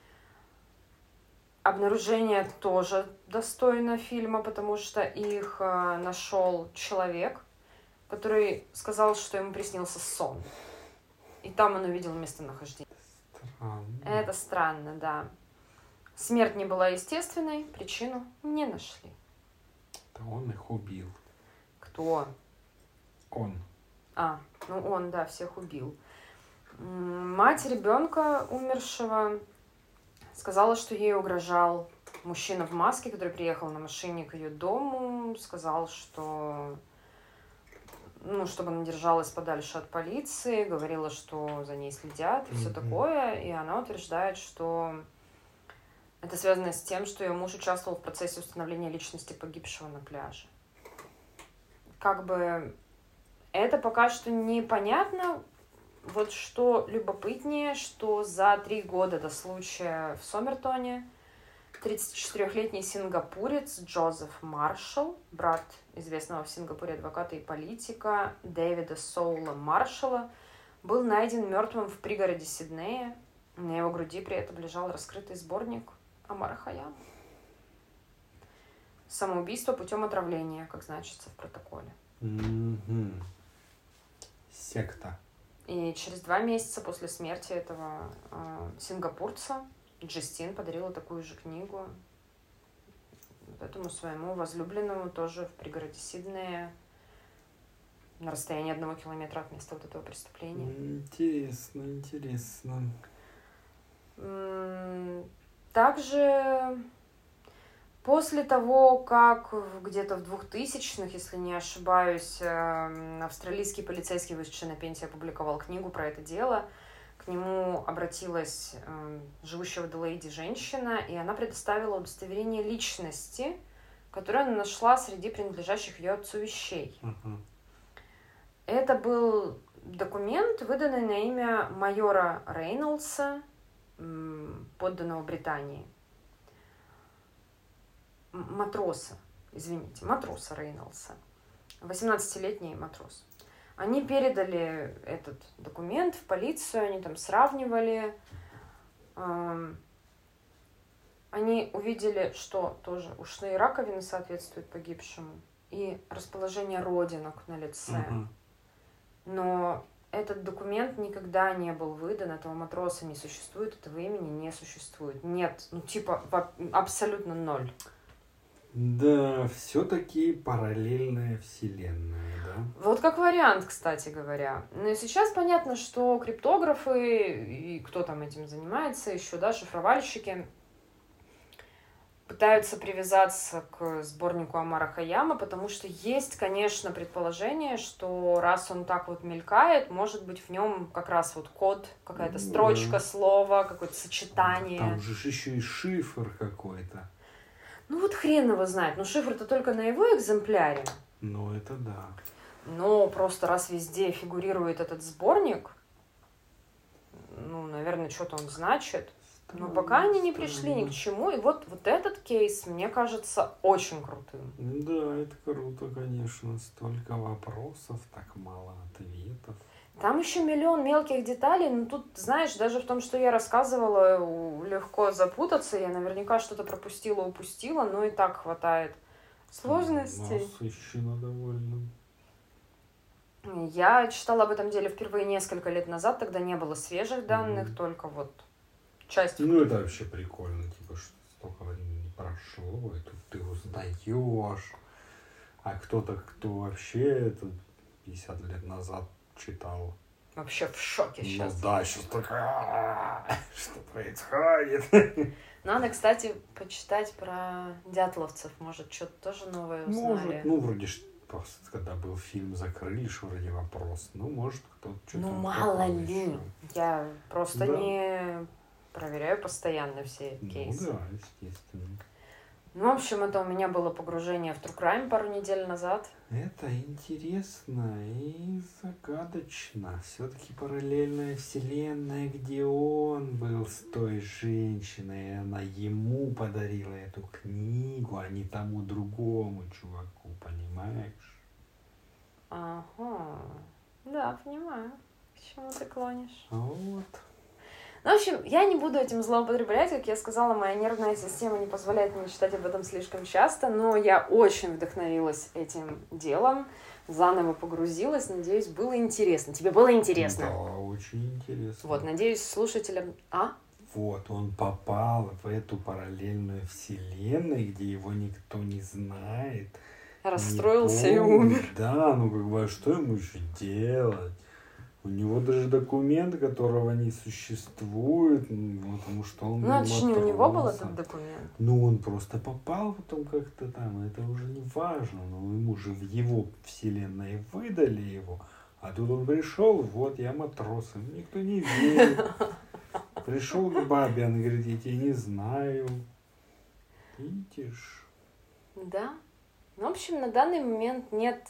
обнаружение тоже достойно фильма, потому что их uh, нашел человек, который сказал, что ему приснился сон, и там он увидел местонахождение. Странно. Это странно, да. Смерть не была естественной, причину не нашли. Да он их убил. Кто? Он. А, ну он, да, всех убил. Мать ребенка умершего сказала, что ей угрожал мужчина в маске, который приехал на машине к ее дому, сказал, что, ну, чтобы она держалась подальше от полиции, говорила, что за ней следят и mm-hmm. все такое, и она утверждает, что это связано с тем, что ее муж участвовал в процессе установления личности погибшего на пляже. Как бы это пока что непонятно. Вот что любопытнее, что за три года до случая в Сомертоне тридцатичетырёхлетний сингапурец Джозеф Маршалл, брат известного в Сингапуре адвоката и политика Дэвида Соула Маршалла, был найден мертвым в пригороде Сиднея. На его груди при этом лежал раскрытый сборник Омара Хайяма. Самоубийство путем отравления, как значится в протоколе. Mm-hmm. Секта. И через два месяца после смерти этого э, сингапурца Джастин подарила такую же книгу этому своему возлюбленному, тоже в пригороде Сиднея, на расстоянии одного километра от места вот этого преступления. Интересно, интересно. Также после того, как где-то в двухтысячных, если не ошибаюсь, австралийский полицейский, вышедший на пенсию, опубликовал книгу про это дело, к нему обратилась живущая в Аделаиде женщина, и она предоставила удостоверение личности, которое она нашла среди принадлежащих ее отцу вещей. Uh-huh. Это был документ, выданный на имя майора Рейнольдса, подданного Британии. Матроса, извините, матроса Рейнольдса. восемнадцатилетний матрос. Они передали этот документ в полицию, они там сравнивали. Они увидели, что тоже ушные раковины соответствуют погибшему, и расположение родинок на лице. Uh-huh. Но этот документ никогда не был выдан, этого матроса не существует, этого имени не существует. Нет, ну типа абсолютно ноль. Да, все-таки параллельная вселенная, да? Вот как вариант, кстати говоря. Но сейчас понятно, что криптографы и кто там этим занимается еще, да, шифровальщики, пытаются привязаться к сборнику Омара Хайяма, потому что есть, конечно, предположение, что раз он так вот мелькает, может быть, в нем как раз вот код, какая-то строчка, да, слова, какое-то сочетание. Там же еще и шифр какой-то. Ну вот хрен его знает, но шифр-то только на его экземпляре. Ну это да. Но просто раз везде фигурирует этот сборник, ну, наверное, что-то он значит. Но пока они не пришли ни к чему. И вот, вот этот кейс, мне кажется, очень крутым. Да, это круто, конечно. Столько вопросов, так мало ответов. Там еще миллион мелких деталей. Но тут, знаешь, даже в том, что я рассказывала, легко запутаться. Я наверняка что-то пропустила, упустила, но и так хватает сложностей. Насыщенно довольно. Я читала об этом деле впервые несколько лет назад. Тогда не было свежих данных, mm-hmm. только вот часть. Ну, это вообще прикольно, типа, что столько времени прошло, и тут ты узнаешь. А кто-то, кто вообще это пятьдесят лет назад читал. Вообще в шоке сейчас. Ну да, сейчас такая, что происходит? Надо, кстати, почитать про дятловцев, может, что-то тоже новое узнали. Может, ну, вроде, просто когда был фильм «Закрыли», что вроде вопрос. Ну, может, кто-то что-то... Ну, мало ли. Еще. Я просто да. не... проверяю постоянно все кейсы. Ну да, естественно. Ну, в общем, это у меня было погружение в True Crime пару недель назад. Это интересно и загадочно. Все-таки параллельная вселенная, где он был с той женщиной, и она ему подарила эту книгу, а не тому другому чуваку, понимаешь? Ага. Да, понимаю. К чему ты клонишь? Вот. Ну, в общем, я не буду этим злоупотреблять, как я сказала, моя нервная система не позволяет мне читать об этом слишком часто, но я очень вдохновилась этим делом, заново погрузилась, надеюсь, было интересно. Тебе было интересно? Да, очень интересно. Вот, надеюсь, слушателям... А? Вот, он попал в эту параллельную вселенную, где его никто не знает. Расстроился и умер. Да, ну как бы, а что ему еще делать? У него даже документ, которого не существует, потому что он... Ну, это же не у него был этот документ. Ну, он просто попал потом как-то там, это уже не важно, но ему же в его вселенной выдали его, а тут он пришел, вот я матрос, ему никто не верит. Пришел к бабе, она говорит, я тебя не знаю. Видишь? Да. Ну, в общем, на данный момент нет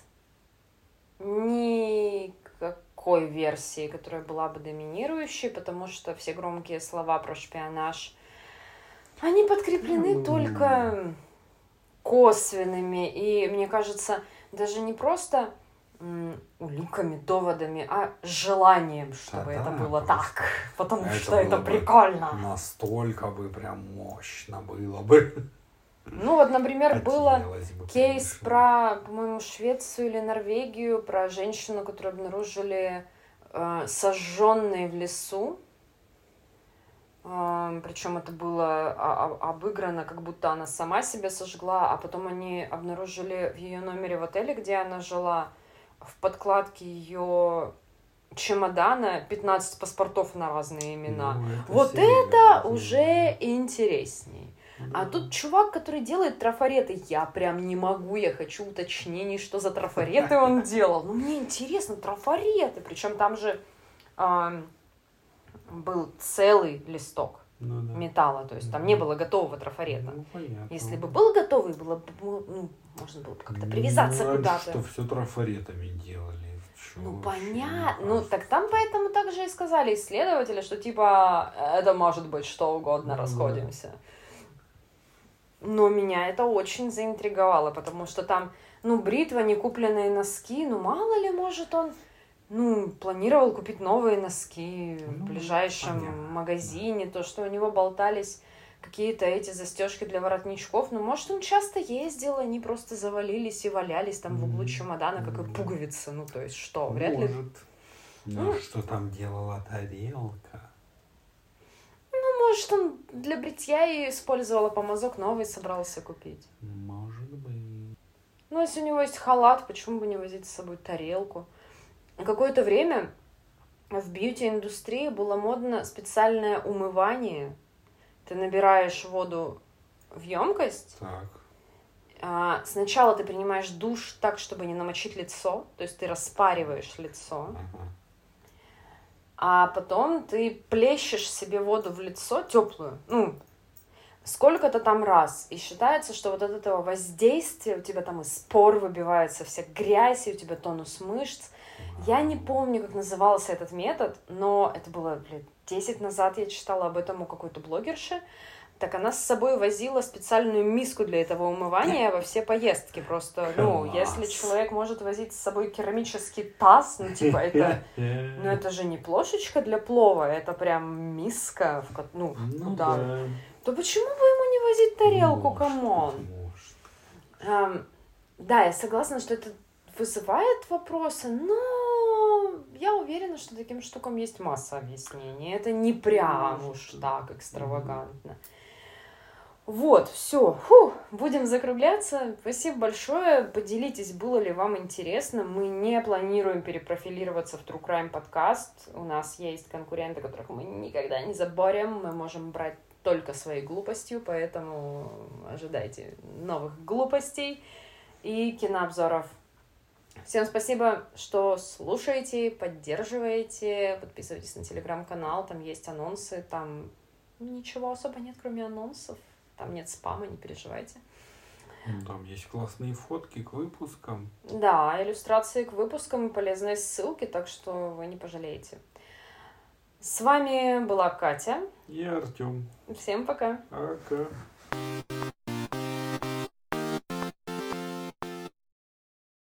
никакой версии, которая была бы доминирующей, потому что все громкие слова про шпионаж Они подкреплены только косвенными, и, мне кажется, даже не просто м, уликами, доводами, а желанием, чтобы Да-да, это было просто. так, потому Это что это было бы прикольно. Настолько бы прям мощно было бы. Ну вот, например, было Хотелось бы, кейс конечно. про, по-моему, Швецию или Норвегию, про женщину, которую обнаружили э, сожженной в лесу. Э, причем это было о- о- обыграно, как будто она сама себя сожгла, а потом они обнаружили в ее номере в отеле, где она жила, в подкладке ее чемодана пятнадцать паспортов на разные имена. Ну, это Вот серьезно. это уже интересней. А Да. тут чувак, который делает трафареты, я прям не могу, я хочу уточнений, что за трафареты он делал. Ну, мне интересно, трафареты. Причем там же а, был целый листок Ну, да. металла, то есть там не было готового трафарета. Ну, понятно. Если бы был готовый, было бы, ну, можно было бы как-то привязаться ну, куда-то. Что все трафаретами делали. Чё Ну, вообще, понятно. мне Ну, так там поэтому также и сказали исследователи, что типа это может быть что угодно, Ну, расходимся. Но меня это очень заинтриговало, потому что там, ну, бритва, не купленные носки, ну, мало ли, может, он, ну, планировал купить новые носки в Ну, ближайшем понятно. магазине, то, что у него болтались какие-то эти застежки для воротничков, ну, может, он часто ездил, они просто завалились и валялись там в углу Мгм. чемодана, как и Мгм. пуговицы, ну, то есть что, вряд ли... Может. Ну, Ну, что там делала тарелка? Может, он для бритья и использовал, а помазок новый собрался купить. Может быть. Ну, если у него есть халат, почему бы не возить с собой тарелку? Какое-то время в бьюти-индустрии было модно специальное умывание. Ты набираешь воду в емкость. Так. А, сначала ты принимаешь душ так, чтобы не намочить лицо, то есть ты распариваешь лицо. Ага. А потом ты плещешь себе воду в лицо теплую, ну, сколько-то там раз. И считается, что вот от этого воздействия у тебя там из пор выбивается вся грязь, и у тебя тонус мышц. Я не помню, как назывался этот метод, но это было лет десять назад, я читала об этом у какой-то блогерши. Так она с собой возила специальную миску для этого умывания во все поездки. Просто, ну, Класс. если человек может возить с собой керамический таз, ну, типа, это... Ну, это же не плошечка для плова, это прям миска, в ко- ну, Ну, куда... да. То почему бы ему не возить тарелку, Может, камон? может. Эм, да, я согласна, что это вызывает вопросы, но я уверена, что таким штукам есть масса объяснений. Это не прям уж так экстравагантно. Вот, все. Фу, будем закругляться. Спасибо большое. Поделитесь, было ли вам интересно. Мы не планируем перепрофилироваться в True Crime подкаст. У нас есть конкуренты, которых мы никогда не заборем. Мы можем брать только своей глупостью, поэтому ожидайте новых глупостей и кинообзоров. Всем спасибо, что слушаете, поддерживаете. Подписывайтесь на телеграм-канал, там есть анонсы, там ничего особо нет, кроме анонсов. Там нет спама, не переживайте. Ну, там есть классные фотки к выпускам. Да, иллюстрации к выпускам и полезные ссылки, так что вы не пожалеете. С вами была Катя. И Артем. Всем пока. Пока.